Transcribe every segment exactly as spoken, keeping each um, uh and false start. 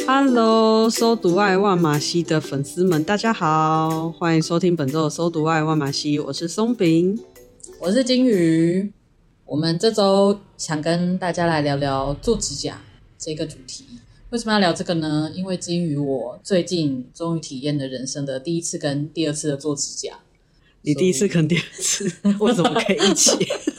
Hello， 搜读爱万马西的粉丝们，大家好，欢迎收听本周的搜读爱万马西，我是松饼， 我是金鱼。我们这周想跟大家来聊聊做指甲这个主题。为什么要聊这个呢？因为金鱼我最近终于体验了人生的第一次跟第二次的做指甲。 你第一次跟第二次为什么可以一起？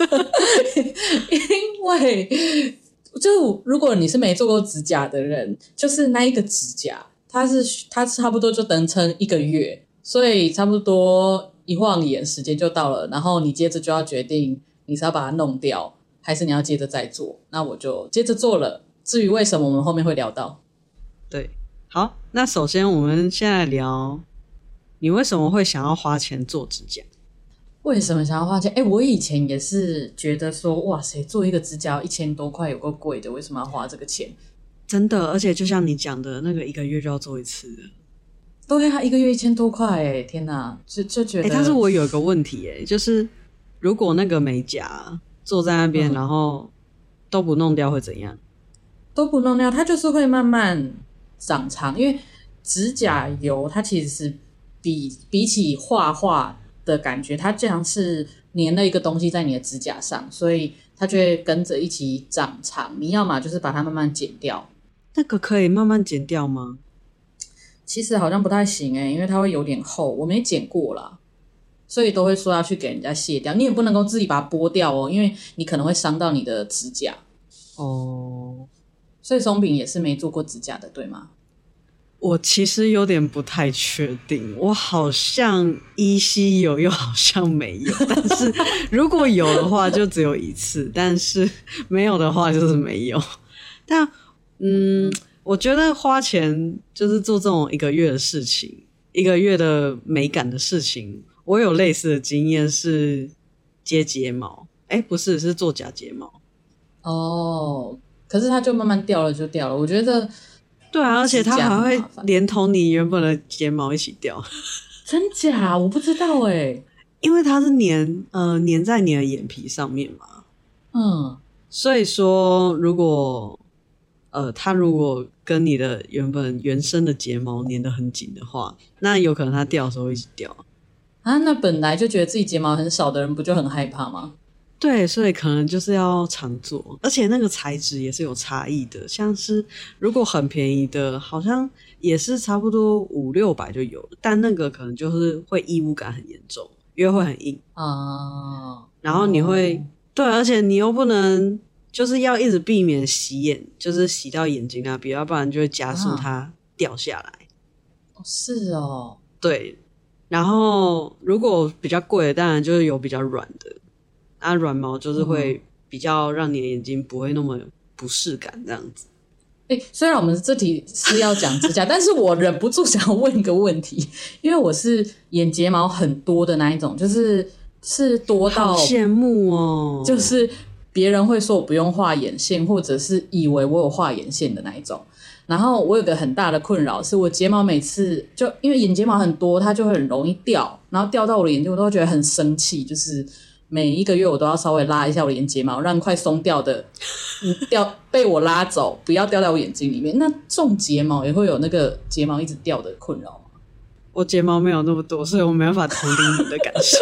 因为就如果你是没做过指甲的人，就是那一个指甲它是它差不多就等撑一个月，所以差不多一晃眼时间就到了，然后你接着就要决定你是要把它弄掉还是你要接着再做。那我就接着做了，至于为什么我们后面会聊到。 对，好，那首先我们现在聊你为什么会想要花钱做指甲。 为什么想要花钱？哎，我以前也是觉得说，哇塞，做一个指甲要一千多块，有够贵的，为什么要花这个钱？ 真的，而且就像你讲的那个一个月就要做一次的。 对啊，一个月一千多块，哎，天哪，就就觉得。 哎，但是我有一个问题，哎，就是如果那个美甲坐在那边，嗯、然后都不弄掉会怎样？ 都不弄掉，它就是会慢慢长长，因为指甲油它其实是比比起画画的感觉，它这样是粘了一个东西在你的指甲上，所以它就会跟着一起长长。你要嘛就是把它慢慢剪掉。 那个可以慢慢剪掉吗？ 其实好像不太行欸，因为它会有点厚，我没剪过啦，所以都会说要去给人家卸掉。你也不能够自己把它剥掉哦，因为你可能会伤到你的指甲。哦，所以松饼也是没做过指甲的，对吗？ 我其实有点不太确定，我好像依稀有又好像没有，但是如果有的话就只有一次，但是没有的话就是没有。但嗯，我觉得花钱就是做这种一个月的事情，一个月的美感的事情，我有类似的经验是接睫毛，诶不是，是做假睫毛。 哦，可是它就慢慢掉了就掉了，我觉得对啊，而且它还会连同你原本的睫毛一起掉。 真假？我不知道欸。 因为它是粘呃粘在你的眼皮上面嘛。嗯，所以说如果呃它如果跟你的原本原生的睫毛粘得很紧的话，那有可能它掉的时候会一起掉。 啊，那本来就觉得自己睫毛很少的人不就很害怕吗？ 对，所以可能就是要常做，而且那个材质也是有差异的，像是如果很便宜的好像也是差不多五六百就有了，但那个可能就是会异物感很严重，因为会很硬啊，然后你会、哦、对，而且你又不能就是要一直避免洗眼，就是洗到眼睛那边，要不然就会加速它掉下来、 啊、是哦， 对，然后如果比较贵的当然就是有比较软的，啊，软毛就是会比较让你的眼睛不会那么不适感这样子。 欸，虽然我们这题是要讲指甲，但是我忍不住想要问一个问题，因为我是眼睫毛很多的那一种，就是是多到好羡慕哦， 就是别人会说我不用画眼线，或者是以为我有画眼线的那一种。然后我有个很大的困扰是我睫毛每次就因为眼睫毛很多，它就会很容易掉，然后掉到我的眼睛我都会觉得很生气，就是每一个月我都要稍微拉一下我的眼睫毛，让快松掉的掉被我拉走，不要掉在我眼睛里面。那种睫毛也会有那个睫毛一直掉的困扰吗？ 我睫毛没有那么多，所以我没办法同理你的感受。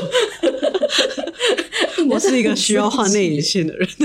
我是一个需要画内眼线的人。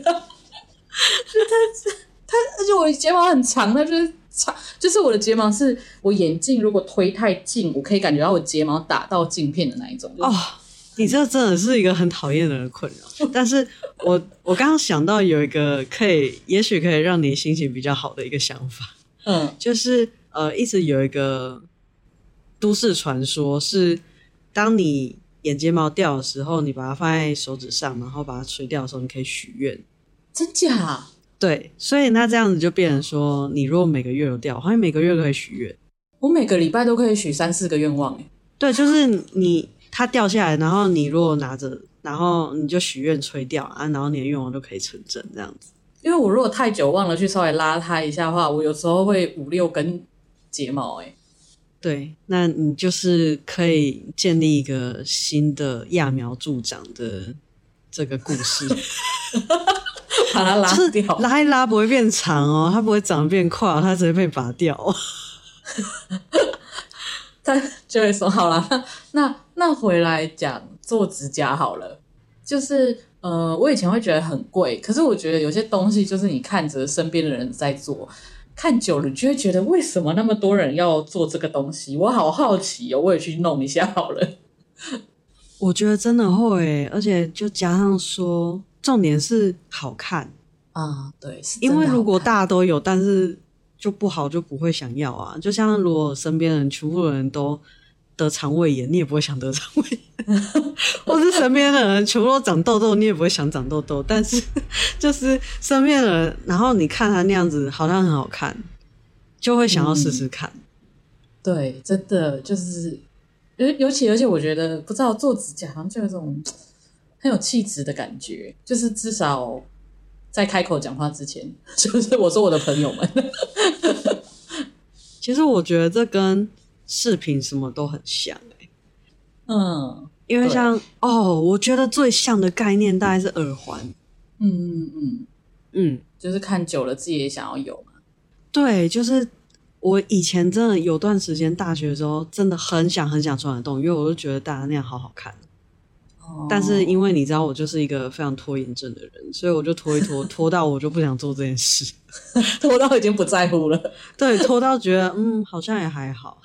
它而且我的睫毛很长，它就是长，就是我的睫毛是我眼镜如果推太近，我可以感觉到我睫毛打到镜片的那一种。 哦，你这真的是一个很讨厌的人的困扰。但是我我刚刚想到有一个可以，也许可以让你心情比较好的一个想法，嗯，就是呃，一直有一个都市传说是，当你眼睫毛掉的时候，你把它放在手指上，然后把它吹掉的时候，你可以许愿。 真假？对， 所以那这样子就变成说，你如果每个月有掉，好像每个月都可以许愿。 我每个礼拜都可以许三四个愿望欸。 对，就是你它掉下来，然后你如果拿着，然后你就许愿吹掉啊，然后你的愿望就可以成真这样子。 因为我如果太久忘了去稍微拉它一下的话，我有时候会五六根睫毛欸。 对，那你就是可以建立一个新的揠苗助长的这个故事。 把它拉就是掉， 拉一拉不会变长哦，它不会长得变快哦，它只会被拔掉哦。 他就会说好啦，那那那回来讲做指甲好了，就是呃，我以前会觉得很贵，可是我觉得有些东西就是你看着身边的人在做，看久了你就会觉得为什么那么多人要做这个东西，我好好奇哦，我也去弄一下好了。 我觉得真的会，而且就加上说，重点是好看啊，对，是真的好看， 因为如果大家都有，但是就不好就不会想要啊。就像如果身边人全部人都得肠胃炎，你也不会想得肠胃炎，或是身边的人全部都长痘痘，你也不会想长痘痘。但是就是身边的人，然后你看他那样子好像很好看，就会想要试试看。 嗯、对，真的就是尤尤其而且我觉得不知道做指甲好像就有种很有气质的感觉，就是至少在开口讲话之前，就是我说我的朋友们。 其实我觉得这跟饰品什么都很像、欸、 嗯， 因为像哦，我觉得最像的概念大概是耳环。 嗯嗯嗯嗯， 就是看久了自己也想要有嘛。 对，就是我以前真的有段时间大学的时候真的很想很想穿得动，因为我就觉得大家那样好好看。哦、但是因为你知道我就是一个非常拖延症的人，所以我就拖一拖拖到我就不想做这件事。 拖到已经不在乎了。 对，拖到觉得嗯好像也还好。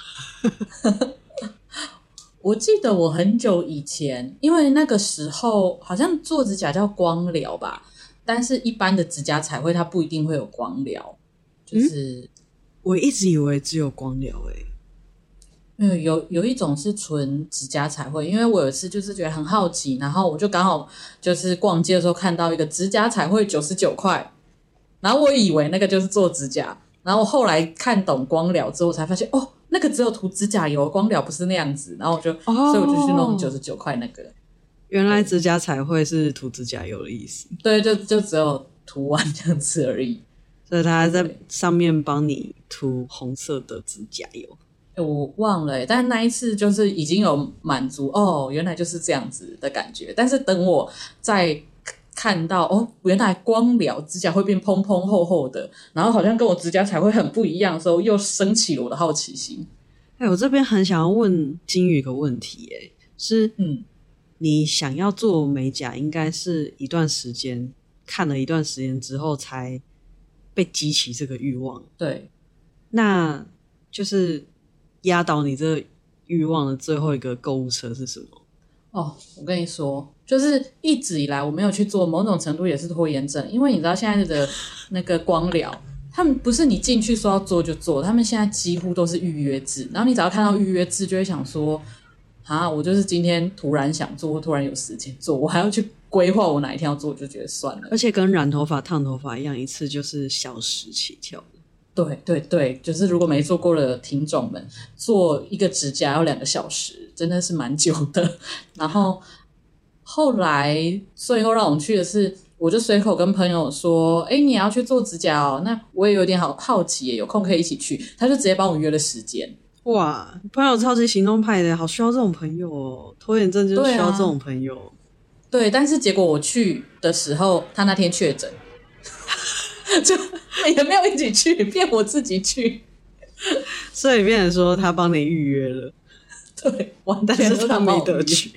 我记得我很久以前，因为那个时候好像做指甲叫光疗吧，但是一般的指甲彩绘它不一定会有光疗，就是、嗯、 我一直以为只有光疗诶、欸。 嗯，有有一种是纯指甲彩绘，因为我有一次就是觉得很好奇，然后我就刚好就是逛街的时候看到一个指甲彩绘九十九块，然后我以为那个就是做指甲，然后后来看懂光疗之后才发现哦，那个只有涂指甲油，光疗不是那样子，然后我就、哦、所以我就去弄九十九块那个。 原来指甲彩绘是涂指甲油的意思。 对，就就只有涂完这样子而已， 所以他还在上面帮你涂红色的指甲油。 我忘了耶，但是那一次就是已经有满足哦，原来就是这样子的感觉。但是等我再看到哦，原来光疗指甲会变蓬蓬厚厚的，然后好像跟我指甲彩绘很不一样的时候，又升起了我的好奇心。 哎、欸，我这边很想要问金鱼一个问题、欸，哎，是嗯，你想要做美甲，应该是一段时间看了一段时间之后才被激起这个欲望。 对， 那就是压倒你这个欲望的最后一个购物车是什么？ 哦，我跟你说，就是一直以来我没有去做，某种程度也是拖延症，因为你知道现在的那个光疗，他们不是你进去说要做就做，他们现在几乎都是预约制，然后你只要看到预约制，就会想说，啊，我就是今天突然想做，或突然有时间做，我还要去规划我哪一天要做，我就觉得算了。 而且跟染头发、烫头发一样，一次就是小时起跳的。 对对对，就是如果没做过的听众们，做一个指甲要两个小时，真的是蛮久的。然后后来最后让我们去的是，我就随口跟朋友说：“哎，你也要去做指甲哦？”那我也有点好好奇耶，有空可以一起去。他就直接帮我约了时间。 哇，朋友超级行动派的，好需要这种朋友哦！拖延症就是需要这种朋友。 对啊，对，但是结果我去的时候，他那天确诊。就也没有一起去，变我自己去， 所以变成说他帮你预约了， 对，完但是他没得去，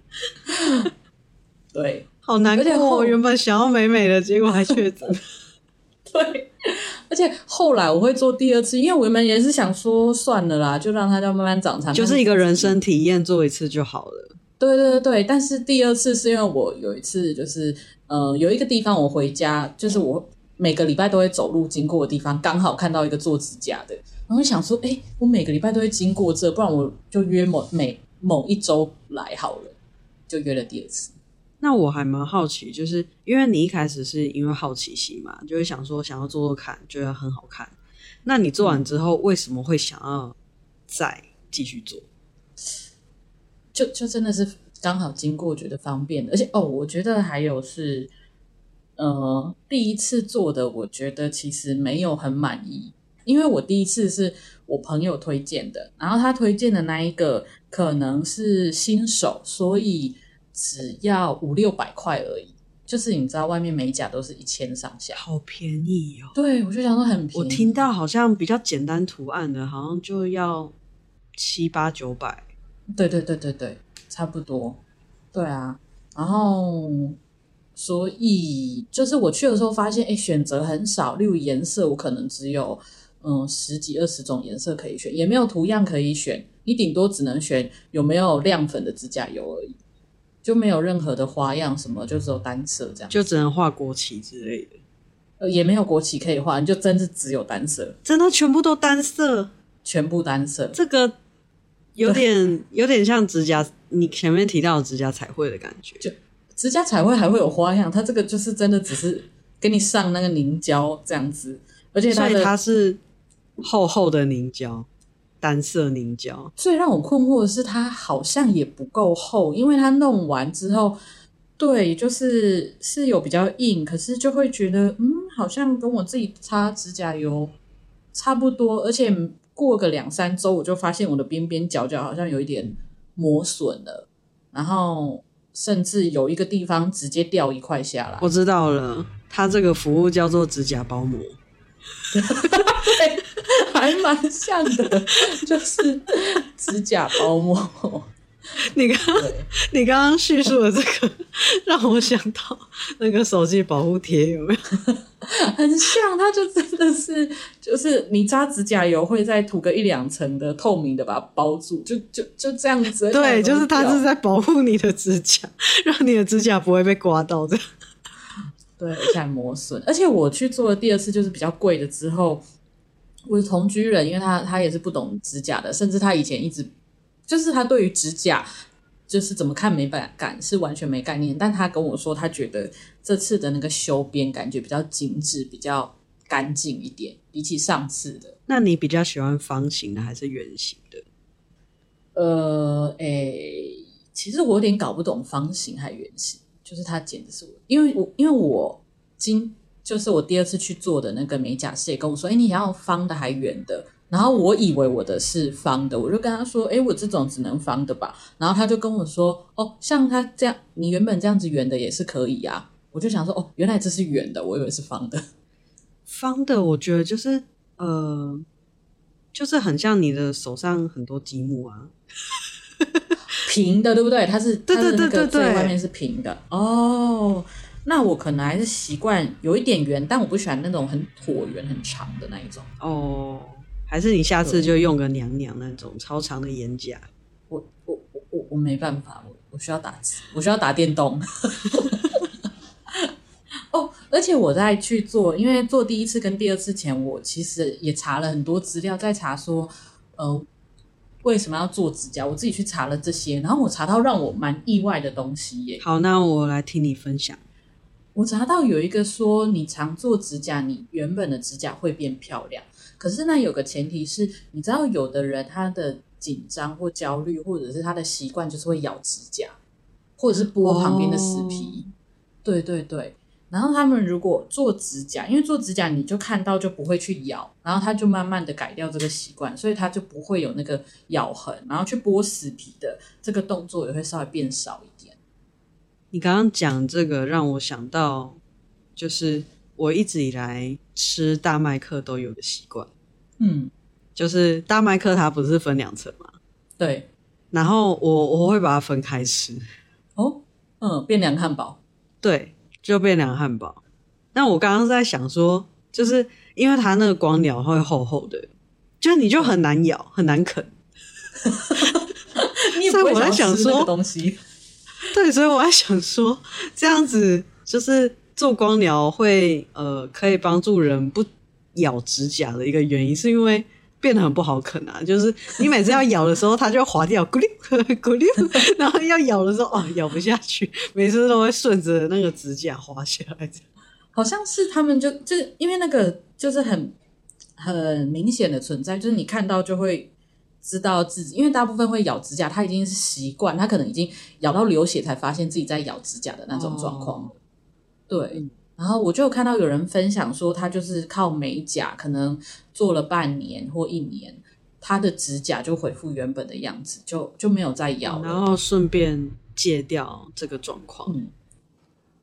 对， 好难过。我原本想要美美的，结果还确诊。 对，而且后来我会做第二次，因为我原本也是想说算了啦，就让它慢慢长长， 就是一个人生体验，做一次就好了。 对对对，但是第二次是因为我有一次就是呃有一个地方我回家，就是我每个礼拜都会走路经过的地方，刚好看到一个做指甲的，然后想说，哎，我每个礼拜都会经过这，不然我就约某每某一周来好了，就约了第二次。 那我还蛮好奇，就是因为你一开始是因为好奇心嘛，就会想说想要做做看，觉得很好看。那你做完之后，为什么会想要再继续做？ 就就真的是刚好经过，觉得方便的，而且哦，我觉得还有是。呃，第一次做的我觉得其实没有很满意，因为我第一次是我朋友推荐的，然后他推荐的那一个可能是新手，所以只要五六百块而已。 就是你知道外面美甲都是一千上下， 好便宜哦。 对，我就想说很便宜。 我听到好像比较简单图案的，好像就要七八九百。 对对对对对，差不多。对啊，然后所以就是我去的时候发现，哎，选择很少。例如颜色，我可能只有嗯十几二十种颜色可以选，也没有图样可以选。你顶多只能选有没有亮粉的指甲油而已，就没有任何的花样什么，就只有单色这样， 就只能画国旗之类的。 呃，也没有国旗可以画，你就真是只有单色， 真的全部都单色， 全部单色。 这个有点有点像指甲，你前面提到的指甲彩绘的感觉。 就指甲彩绘还会有花样，它这个就是真的只是给你上那个凝胶这样子，而且它的所以它是厚厚的凝胶，单色凝胶。 最让我困惑的是，它好像也不够厚，因为它弄完之后，对，就是是有比较硬，可是就会觉得，嗯，好像跟我自己擦指甲油差不多，而且过个两三周，我就发现我的边边角角好像有一点磨损了，然后甚至有一个地方直接掉一块下来。 我知道了，它这个服务叫做指甲包膜。 对，还蛮像的，就是指甲包膜。 你刚你刚刚叙述的这个，让我想到那个手机保护贴，有没有？ 很像，它就真的是，就是你擦指甲油会再涂个一两层的透明的把它包住，就就就这样子。 对，就是它是在保护你的指甲，让你的指甲不会被刮到这样。 对，而且还磨损。而且我去做了第二次，就是比较贵的之后，我的同居人，因为他他也是不懂指甲的，甚至他以前一直就是他对于指甲就是怎么看美感是完全没概念，但他跟我说，他觉得这次的那个修边感觉比较精致，比较干净一点，比起上次的。 那你比较喜欢方形的还是圆形的？ 呃，诶，其实我有点搞不懂方形还圆形。就是他剪的是我，因为我因为我今就是我第二次去做的那个美甲师也跟我说，哎，你想要方的还圆的？然后我以为我的是方的，我就跟他说，哎，我这种只能方的吧？然后他就跟我说，哦，像他这样，你原本这样子圆的也是可以啊。我就想说，哦，原来这是圆的，我以为是方的。 方的，我觉得就是呃，就是很像你的手上很多积木啊。 平的对不对？它是对对对对对， 最外面是平的哦。那我可能还是习惯有一点圆，但我不喜欢那种很椭圆很长的那一种。 哦，还是你下次就用个娘娘那种超长的眼甲。 我我我我没办法，我我需要打字，我需要打电动。哦，而且我在去做，因为做第一次跟第二次前，我其实也查了很多资料，在查说，呃。为什么要做指甲？我自己去查了这些，然后我查到让我蛮意外的东西耶。 好，那我来听你分享。 我查到有一个说，你常做指甲，你原本的指甲会变漂亮。可是那有个前提是，你知道有的人他的紧张或焦虑，或者是他的习惯就是会咬指甲，或者是剥旁边的死皮。哦、对对对。然后他们如果做指甲，因为做指甲你就看到就不会去咬，然后他就慢慢的改掉这个习惯，所以他就不会有那个咬痕，然后去剥死皮的这个动作也会稍微变少一点。 你刚刚讲这个让我想到，就是我一直以来吃大麦克都有的习惯，嗯，就是大麦克它不是分两层吗？ 对， 然后我我会把它分开吃。 哦，嗯，变两个汉堡， 对。就变两个汉堡。那我刚刚在想说，就是因为它那个光疗会厚厚的，就你就很难咬，很难啃。 你也不会想吃那个东西。 对，所以我在想说，这样子就是做光疗会呃可以帮助人不咬指甲的一个原因，是因为变得很不好啃啊，就是你每次要咬的时候它就滑掉咕溜咕溜，然后要咬的时候哦咬不下去，每次都会顺着那个指甲滑下来。 好像是他们就就因为那个就是很很明显的存在，就是你看到就会知道自己，因为大部分会咬指甲他已经是习惯，他可能已经咬到流血才发现自己在咬指甲的那种状况、哦、对、嗯，然后我就有看到有人分享说他就是靠美甲可能做了半年或一年，他的指甲就恢复原本的样子，就就没有再咬了、 嗯、然后顺便戒掉这个状况。嗯，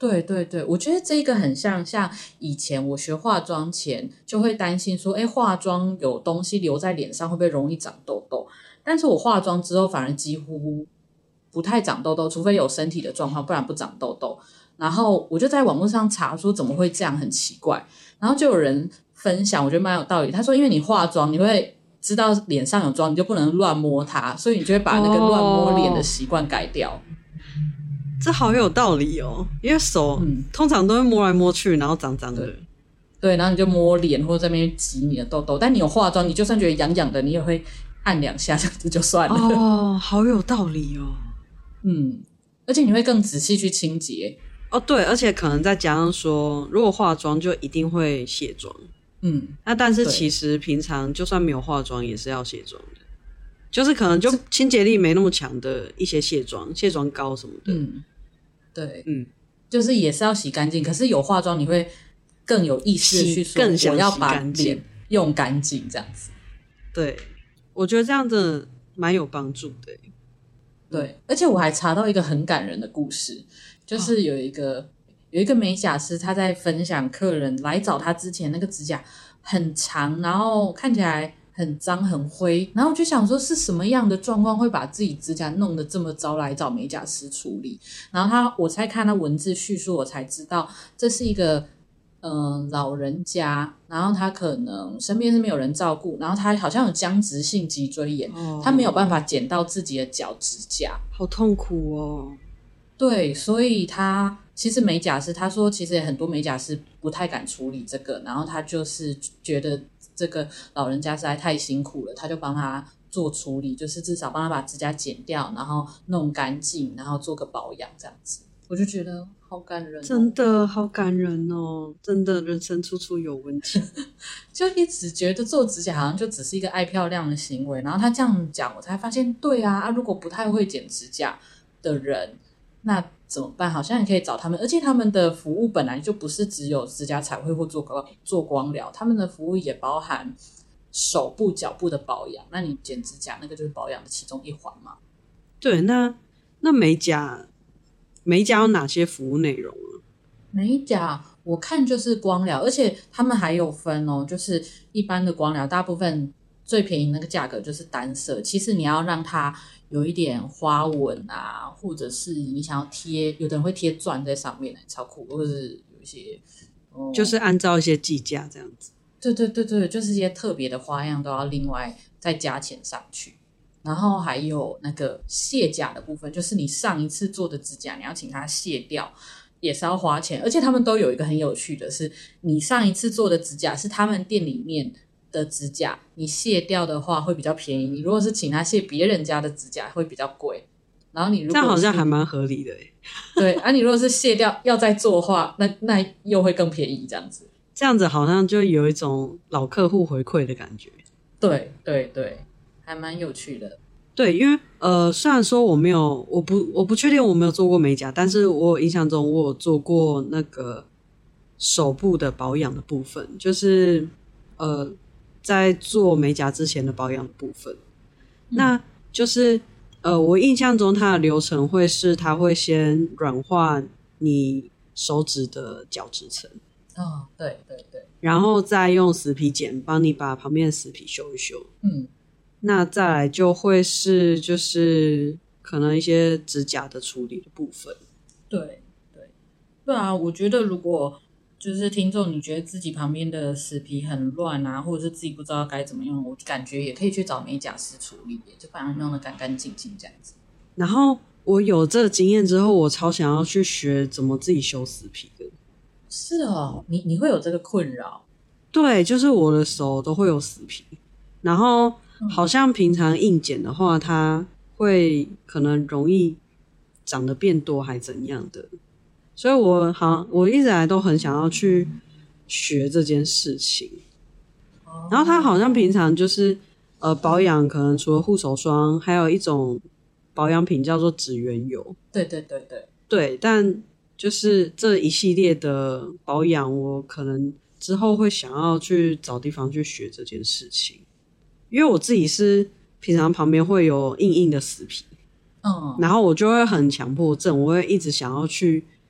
对对对，我觉得这个很像像以前我学化妆前就会担心说，哎，化妆有东西留在脸上会不会容易长痘痘？但是我化妆之后反而几乎不太长痘痘，除非有身体的状况，不然不长痘痘。然后我就在网络上查说怎么会这样，很奇怪。然后就有人分享，我觉得蛮有道理。他说，因为你化妆，你会知道脸上有妆，你就不能乱摸它，所以你就会把那个乱摸脸的习惯改掉。哦， 这好有道理哦，因为手、嗯、通常都会摸来摸去，然后脏脏的。 对，对，然后你就摸脸或者在那边挤你的痘痘。但你有化妆，你就算觉得痒痒的，你也会按两下，这样子就算了。 哦，好有道理哦。 嗯，而且你会更仔细去清洁。 哦，对，而且可能再加上说，如果化妆就一定会卸妆。 嗯， 那但是其实平常就算没有化妆也是要卸妆的，就是可能就清洁力没那么强的一些卸妆、卸妆膏什么的。 嗯，对， 嗯， 就是也是要洗干净。可是有化妆，你会更有意识的去说， 更想我要把脸用干净，这样子。 对，我觉得这样子蛮有帮助的。 对，而且我还查到一个很感人的故事，就是有一个、哦、有一个美甲师，他在分享客人来找他之前，那个指甲很长，然后看起来很脏很灰，然后我就想说是什么样的状况会把自己指甲弄得这么糟来找美甲师处理。然后他我才看他文字叙述，我才知道这是一个嗯、呃、老人家，然后他可能身边是没有人照顾，然后他好像有僵直性脊椎炎、哦、他没有办法剪到自己的脚指甲， 好痛苦哦。 对，所以他其实美甲师他说其实很多美甲师不太敢处理这个，然后他就是觉得这个老人家实在太辛苦了，他就帮他做处理，就是至少帮他把指甲剪掉，然后弄干净，然后做个保养这样子。我就觉得好感人、哦、 真的好感人哦，真的人生处处有问题。 就一直觉得做指甲好像就只是一个爱漂亮的行为，然后他这样讲我才发现对啊，啊如果不太会剪指甲的人那怎么办？好像也可以找他们，而且他们的服务本来就不是只有指甲彩绘或做光做光疗，他们的服务也包含手部脚部的保养，那你剪指甲那个就是保养的其中一环嘛。 对，那那美甲美甲有哪些服务内容啊？ 美甲我看就是光疗，而且他们还有分哦，就是一般的光疗大部分最便宜那个价格就是单色，其实你要让它有一点花纹啊，或者是你想要贴，有的人会贴钻在上面，超酷，或者是有一些、嗯、 就是按照一些计价这样子。 对对对对，就是一些特别的花样都要另外再加钱上去。然后还有那个卸甲的部分，就是你上一次做的指甲你要请他卸掉也是要花钱，而且他们都有一个很有趣的是，你上一次做的指甲是他们店里面的指甲，你卸掉的话会比较便宜，你如果是请他卸别人家的指甲会比较贵。然后你如果这样好像还蛮合理的耶。 对啊，你如果是卸掉要再做的话，那那又会更便宜这样子。 这样子好像就有一种老客户回馈的感觉。 对对对，还蛮有趣的。 对，因为呃，虽然说我没有，我不我不确定我没有做过美甲，但是我印象中我有做过那个手部的保养的部分，就是呃，在做美甲之前的保养的部分。嗯、那就是呃，我印象中它的流程会是，它会先软化你手指的角质层。 哦，对对对， 然后再用死皮剪帮你把旁边的死皮修一修。 嗯， 那再来就会是就是可能一些指甲的处理的部分。 对对对啊，我觉得如果就是听众你觉得自己旁边的死皮很乱啊，或者是自己不知道该怎么用，我感觉也可以去找美甲师处理，就把它弄得干干净净这样子。 然后我有这个经验之后，我超想要去学怎么自己修死皮的。 是哦，你你会有这个困扰？ 对，就是我的手都会有死皮，然后好像平常硬剪的话，它会可能容易长得变多还怎样的，所以我好我一直来都很想要去学这件事情。然后它好像平常就是呃保养，可能除了护手霜，还有一种保养品叫做指缘油。 对对对对对，但就是这一系列的保养，我可能之后会想要去找地方去学这件事情，因为我自己是平常旁边会有硬硬的死皮， 嗯， 然后我就会很强迫症，我会一直想要去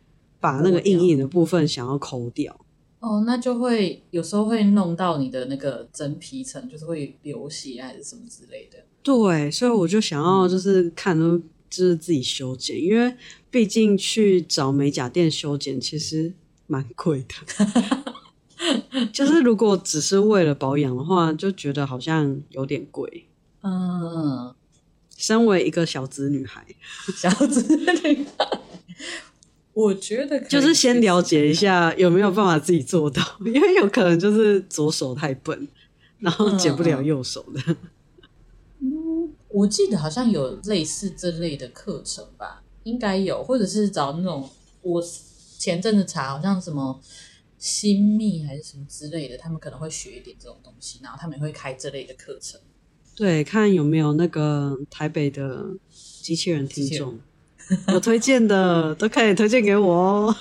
把那个硬硬的部分想要抠掉。 哦，那就会有时候会弄到你的那个真皮层，就是会流血还是什么之类的。 对，所以我就想要就是看都就是自己修剪，因为毕竟去找美甲店修剪其实蛮贵的。就是如果只是为了保养的话，就觉得好像有点贵。 嗯， 身为一个小资女孩， 小资女孩，我觉得可以就是先了解一下有没有办法自己做到，因为有可能就是左手太笨，然后剪不了右手的。 嗯，我记得好像有类似这类的课程吧，应该有，或者是找那种我前阵子查，好像什么新密还是什么之类的，他们可能会学一点这种东西，然后他们也会开这类的课程。 对，看有没有那个台北的机器人听众有推荐的，都可以推荐给我哦。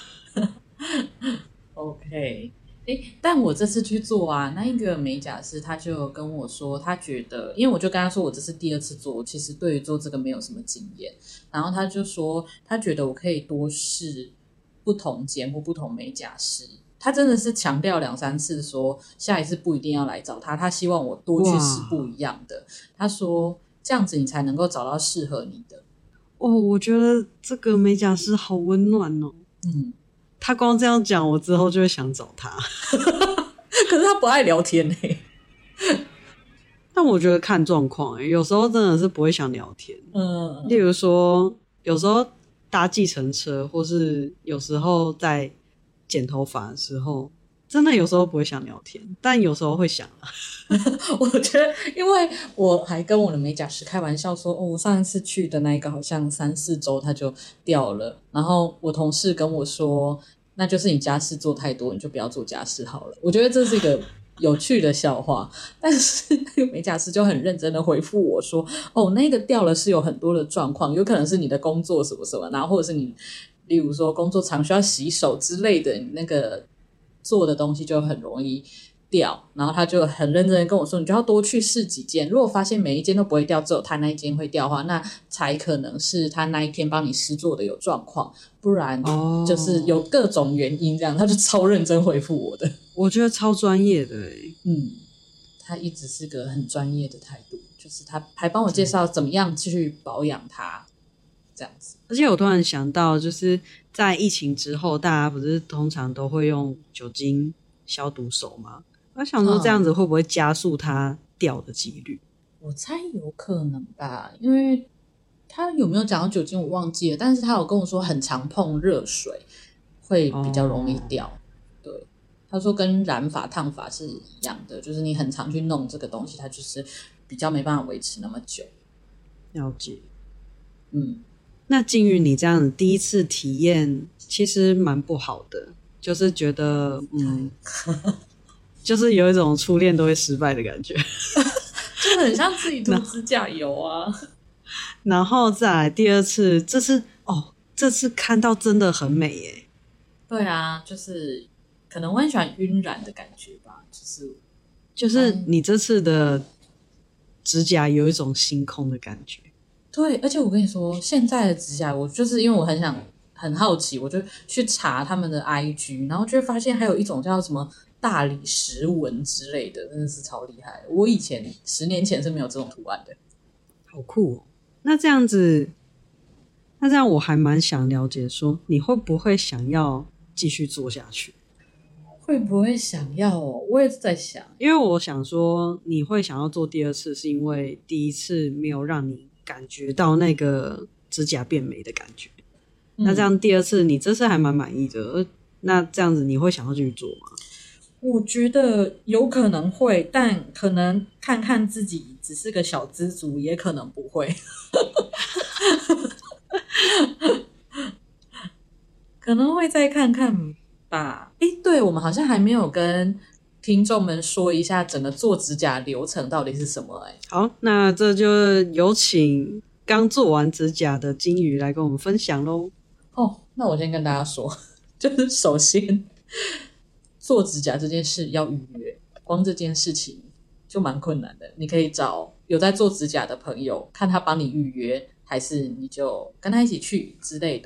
OK。诶，但我这次去做啊，那一个美甲师他就跟我说，他觉得，因为我就跟他说我这是第二次做，我其实对于做这个没有什么经验，然后他就说他觉得我可以多试不同间或不同美甲师，他真的是强调两三次说下一次不一定要来找他，他希望我多去试不一样的，他说这样子你才能够找到适合你的。 哦，我觉得这个美甲师好温暖哦。 嗯， 他光这样讲，我之后就会想找他。 可是他不爱聊天欸。 但我觉得看状况欸，有时候真的是不会想聊天。 嗯， 例如说，有时候搭计程车，或是有时候在剪头发的时候，真的有时候不会想聊天，但有时候会想啊。 我觉得，因为我还跟我的美甲师开玩笑说，哦，我上一次去的那个好像三四周它就掉了，然后我同事跟我说，那就是你家事做太多，你就不要做家事好了。我觉得这是一个有趣的笑话，但是那个美甲师就很认真的回复我说，哦，那个掉了是有很多的状况，有可能是你的工作什么什么，然后或者是你例如说工作常需要洗手之类的，你那个做的东西就很容易掉，然后他就很认真的跟我说，你就要多去试几件，如果发现每一件都不会掉，只有他那一件会掉的话，那才可能是他那一天帮你施做的有状况，不然就是有各种原因这样。他就超认真回复我的， 我觉得超专业的欸。 嗯，他一直是个很专业的态度，就是他还帮我介绍怎么样去保养它这样子。 而且我突然想到，就是在疫情之后，大家不是通常都会用酒精消毒手吗？我想说这样子会不会加速它掉的几率？ 我猜有可能吧，因为他有没有讲到酒精我忘记了，但是他有跟我说很常碰热水会比较容易掉。哦，对，他说跟染发烫发是一样的，就是你很常去弄这个东西，它就是比较没办法维持那么久。 了解。 嗯， 那静瑜你这样子第一次体验其实蛮不好的，就是觉得嗯就是有一种初恋都会失败的感觉。 就很像自己涂指甲油啊。 然后再来第二次，这次哦，这次看到真的很美耶。 对啊，就是可能我很喜欢晕染的感觉吧，就是就是你这次的指甲有一种星空的感觉。 对，而且我跟你说，现在的指甲，我就是因为我很想很好奇，我就去查他们的 I G， 然后就会发现还有一种叫什么大理石纹之类的，真的是超厉害。我以前十年前是没有这种图案的。 好酷哦。那这样子，那这样我还蛮想了解说，你会不会想要继续做下去？ 会不会想要哦？我也是在想， 因为我想说，你会想要做第二次，是因为第一次没有让你感觉到那个指甲变美的感觉。嗯、那这样第二次你这次还蛮满意的，那这样子你会想要继续做吗？ 我觉得有可能会，但可能看看自己只是个小资族，也可能不会。可能会再看看吧。诶，对，我们好像还没有跟听众们说一下整个做指甲流程到底是什么。诶， 好，那这就有请刚做完指甲的金鱼来跟我们分享咯。 哦，那我先跟大家说，就是首先做指甲这件事要预约，光这件事情就蛮困难的。你可以找有在做指甲的朋友，看他帮你预约，还是你就跟他一起去之类的。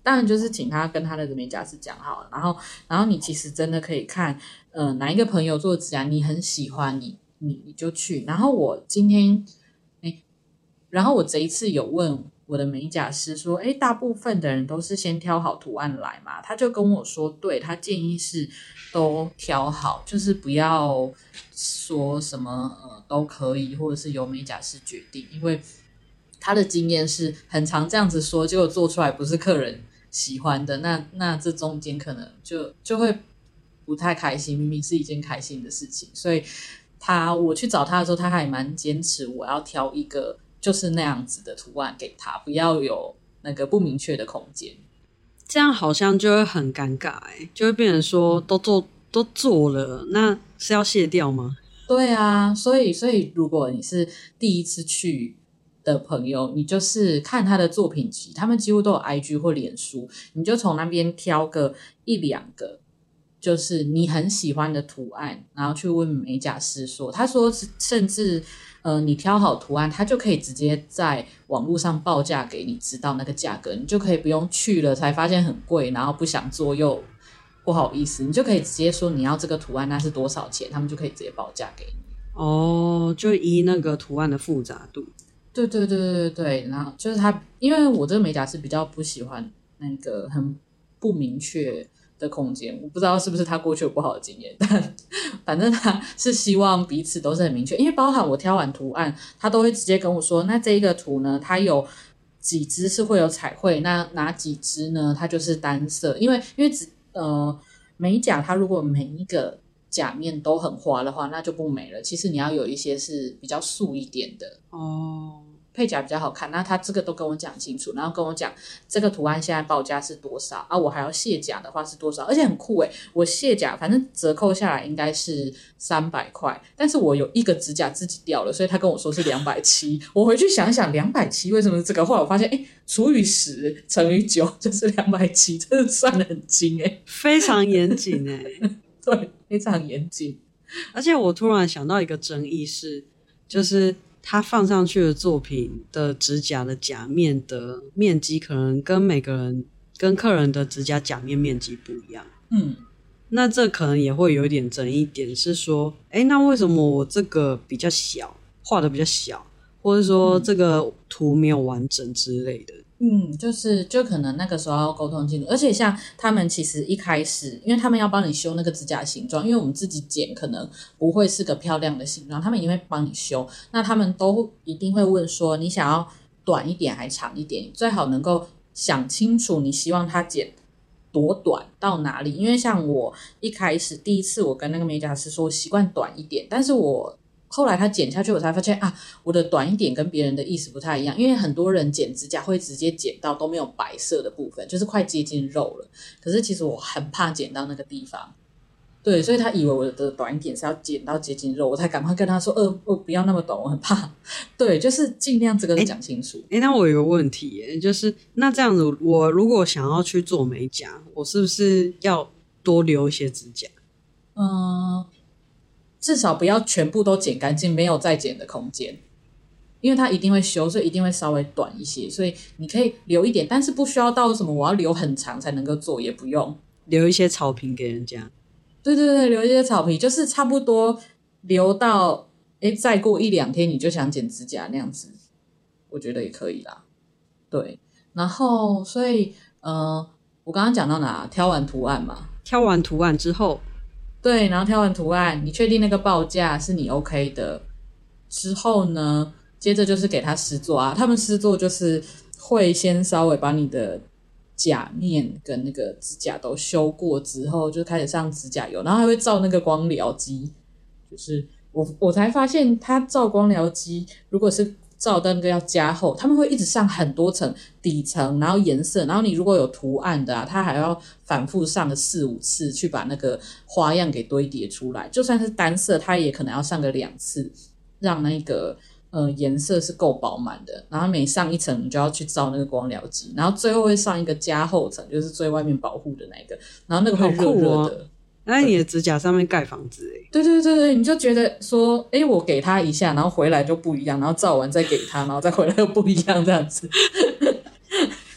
当然就是请他跟他的美甲师讲好了，然后然后你其实真的可以看呃哪一个朋友做指甲你很喜欢，你你你就去。然后我今天诶然后我这一次有问我的美甲师说，诶大部分的人都是先挑好图案来嘛，他就跟我说对，他建议是都挑好，就是不要说什么呃都可以，或者是由美甲师决定，因为他的经验是很常这样子说，结果做出来不是客人喜欢的，那那这中间可能就就会不太开心，明明是一件开心的事情。所以他我去找他的时候，他还蛮坚持我要挑一个就是那样子的图案给他，不要有那个不明确的空间。 这样好像就会很尴尬欸，就会变成说都做都做了，那是要卸掉吗？ 对啊，所以所以如果你是第一次去的朋友，你就是看他的作品集，他们几乎都有 I G 或脸书，你就从那边挑个一两个就是你很喜欢的图案，然后去问美甲师说，他说甚至呃，你挑好图案，他就可以直接在网络上报价给你知道那个价格，你就可以不用去了才发现很贵，然后不想做又不好意思，你就可以直接说你要这个图案那是多少钱，他们就可以直接报价给你。 哦，就依那个图案的复杂度。 对对对对对，然后就是他，因为我这个美甲师比较不喜欢那个很不明确的空间，我不知道是不是他过去有不好的经验，但反正他是希望彼此都是很明确，因为包含我挑完图案，他都会直接跟我说，那这一个图呢，它有几支是会有彩绘，那哪几支呢，它就是单色，因为因为只呃美甲它如果每一个甲面都很花的话，那就不美了。其实你要有一些是比较素一点的哦， 配甲比较好看。那他这个都跟我讲清楚，然后跟我讲这个图案现在报价是多少啊？我还要卸甲的话是多少？而且很酷诶，我卸甲反正折扣下来应该是三百块，但是我有一个指甲自己掉了，所以他跟我说是两百七。我回去想一想，两百七为什么是这个？后来我发现，哎，除以十乘以九就是两百七，真的算得很精诶， 非常严谨诶。 对，非常严谨。 而且我突然想到一个争议是，就是他放上去的作品的指甲的甲面的面积可能跟每个人跟客人的指甲甲面面积不一样。 嗯， 那这可能也会有一点争议点是说，诶，那为什么我这个比较小，画的比较小，或者说这个图没有完整之类的。 嗯，就是就可能那个时候要沟通清楚，而且像他们其实一开始，因为他们要帮你修那个指甲形状，因为我们自己剪可能不会是个漂亮的形状，他们一定会帮你修。那他们都一定会问说，你想要短一点还长一点？最好能够想清楚你希望它剪多短到哪里。因为像我一开始第一次我跟那个美甲师说我习惯短一点，但是我后来他剪下去我才发现啊，我的短一点跟别人的意思不太一样，因为很多人剪指甲会直接剪到都没有白色的部分，就是快接近肉了，可是其实我很怕剪到那个地方，对，所以他以为我的短一点是要剪到接近肉，我才赶快跟他说呃，我不要那么短，我很怕，对，就是尽量这个讲清楚。 诶，那我有个问题耶，就是那这样子我如果想要去做美甲，我是不是要多留一些指甲？ 嗯，至少不要全部都剪干净，没有再剪的空间，因为它一定会修，所以一定会稍微短一些，所以你可以留一点，但是不需要到什么我要留很长才能够做，也不用留一些草坪给人家。 对对对，留一些草皮，就是差不多留到诶再过一两天你就想剪指甲那样子，我觉得也可以啦。对，然后所以呃，我刚刚讲到哪？挑完图案嘛， 挑完图案之后， 对，然后挑完图案，你确定那个报价是你 OK 的之后呢，接着就是给他施作啊。他们施作就是会先稍微把你的甲面跟那个指甲都修过之后，就开始上指甲油，然后还会照那个光疗机。就是我我才发现，他照光疗机如果是照那个要加厚，他们会一直上很多层底层，然后颜色，然后你如果有图案的啊，他还要反复上个四五次去把那个花样给堆叠出来。就算是单色，他也可能要上个两次，让那个呃颜色是够饱满的。然后每上一层，你就要去照那个光疗机，然后最后会上一个加厚层，就是最外面保护的那个，然后那个会热热的。 那你的指甲上面盖房子欸。 对对对对，你就觉得说，诶，我给他一下，然后回来就不一样，然后照完再给他，然后再回来又不一样这样子。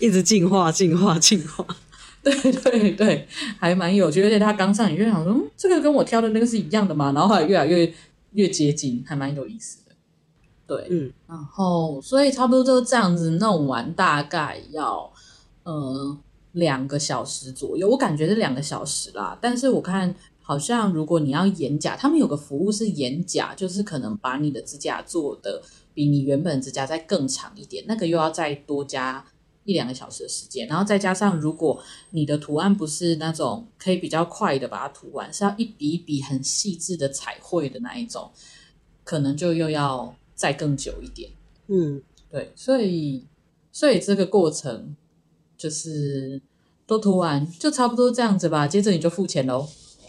一直进化进化进化。 对对对，还蛮有趣，而且他刚上你就想说、嗯、这个跟我挑的那个是一样的吗？然后后来越来越越接近，还蛮有意思的。对，嗯，然后所以差不多就这样子弄完，大概要呃两个小时左右，我感觉是两个小时啦。但是我看好像如果你要眼甲，他们有个服务是眼甲，就是可能把你的指甲做的比你原本指甲再更长一点，那个又要再多加一两个小时的时间，然后再加上如果你的图案不是那种可以比较快的把它涂完，是要一笔一笔很细致的彩绘的那一种，可能就又要再更久一点。 嗯， 对，所以所以这个过程就是都涂完就差不多这样子吧，接着你就付钱咯。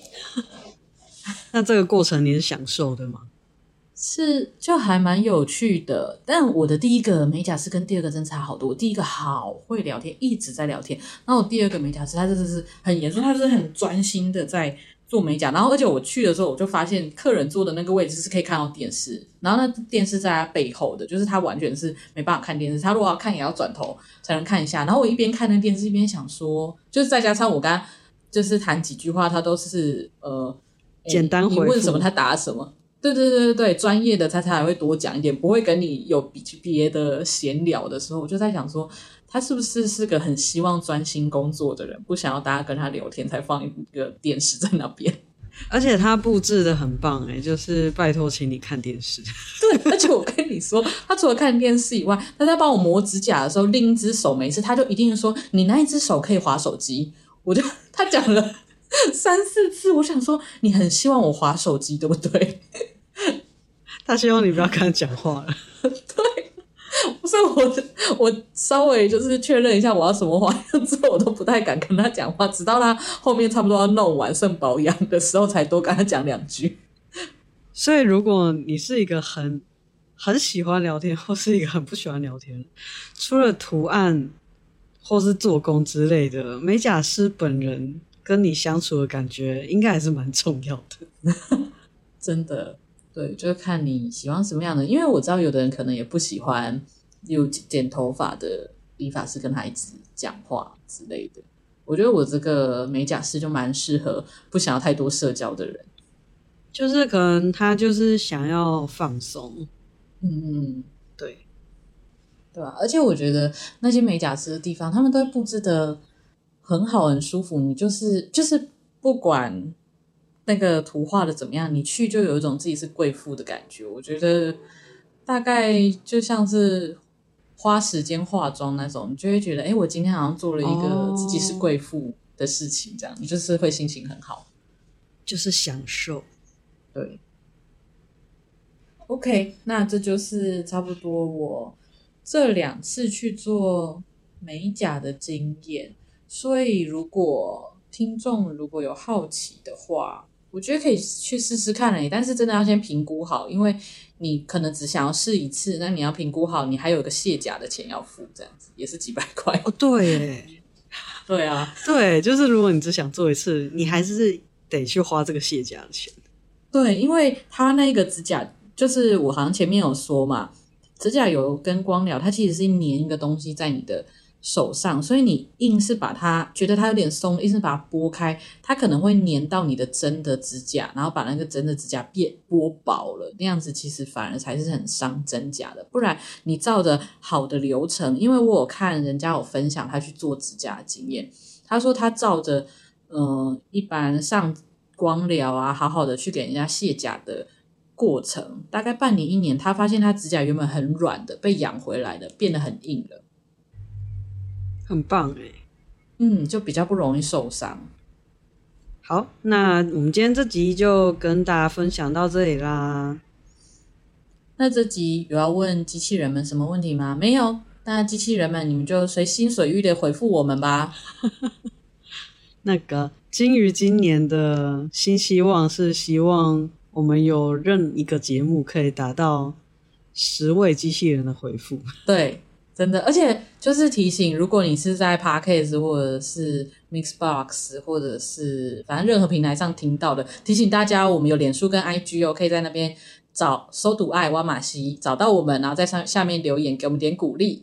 那这个过程你是享受的吗？ 是，就还蛮有趣的。但我的第一个美甲师跟第二个真差好多。我第一个好会聊天，一直在聊天。然后我第二个美甲师他真的是很严肃，他就是很专心的在做美甲。然后而且我去的时候，我就发现客人坐的那个位置是可以看到电视，然后那电视在他背后的，就是他完全是没办法看电视。他如果要看也要转头才能看一下。然后我一边看那电视一边想说，就是再加上我刚刚就是谈几句话，他都是呃简单回复， 你问什么他答什么。对对对对对，专业的他才会多讲一点，不会跟你有别的闲聊的时候。我就在想说，他是不是是个很希望专心工作的人，不想要大家跟他聊天，才放一个电视在那边。 而且他布置的很棒耶，就是拜托请你看电视。 对，而且我跟你说，他除了看电视以外，他在帮我磨指甲的时候，另一只手没事，他就一定说你那一只手可以滑手机。我就他讲了三四次，我想说你很希望我滑手机对不对？ 他希望你不要跟他讲话了。 对，所以我我稍微就是确认一下我要什么花样之后，我都不太敢跟他讲话，直到他后面差不多要弄完剩保养的时候，才多跟他讲两句。 所以如果你是一个很很喜欢聊天，或是一个很不喜欢聊天，除了图案或是做工之类的，美甲师本人跟你相处的感觉应该还是蛮重要的。 真的，对，就是看你喜欢什么样的，因为我知道有的人可能也不喜欢有剪头发的理发师跟他一直讲话之类的。我觉得我这个美甲师就蛮适合不想要太多社交的人， 就是可能他就是想要放松。 嗯， 对， 对吧？而且我觉得那些美甲师的地方，他们都会布置的很好，很舒服。你就是就是不管那个图画的怎么样，你去就有一种自己是贵妇的感觉。我觉得大概就像是花时间化妆那种，你就会觉得，哎，我今天好像做了一个自己是贵妇的事情，这样、哦、你就是会心情很好， 就是享受。 对。OK， 那这就是差不多我这两次去做美甲的经验。所以如果听众如果有好奇的话，我觉得可以去试试看而已，但是真的要先评估好，因为你可能只想要试一次，那你要评估好，你还有一个卸甲的钱要付，这样子也是几百块。 哦，对耶， 对啊， 对，就是如果你只想做一次，你还是得去花这个卸甲的钱。 对，因为他那个指甲，就是我好像前面有说嘛，指甲油跟光疗，它其实是粘一个东西在你的手上，所以你硬是把它觉得它有点松，硬是把它拨开，它可能会粘到你的真的指甲，然后把那个真的指甲变拨薄了，那样子其实反而才是很伤真甲的。不然你照着好的流程，因为我有看人家有分享他去做指甲的经验，他说他照着呃一般上光疗啊，好好的去给人家卸甲的过程，大概半年一年，他发现他指甲原本很软的被养回来的变得很硬了， 很棒耶。 嗯，就比较不容易受伤。 好，那我们今天这集就跟大家分享到这里啦。 那这集有要问机器人们什么问题吗？没有，那机器人们你们就随心所欲的回复我们吧。 那个金鱼今年的新希望是希望我们有任一个节目可以达到十位机器人的回复。 对，真的，而且就是提醒，如果你是在 Podcast 或者是 Mixbox 或者是反正任何平台上听到的，提醒大家我们有脸书跟 I G 哦，可以在那边找搜读爱挖马西找到我们，然后在上下面留言给我们点鼓励。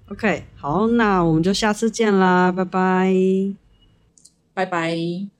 OK， 好，那我们就下次见啦，拜拜， 拜拜。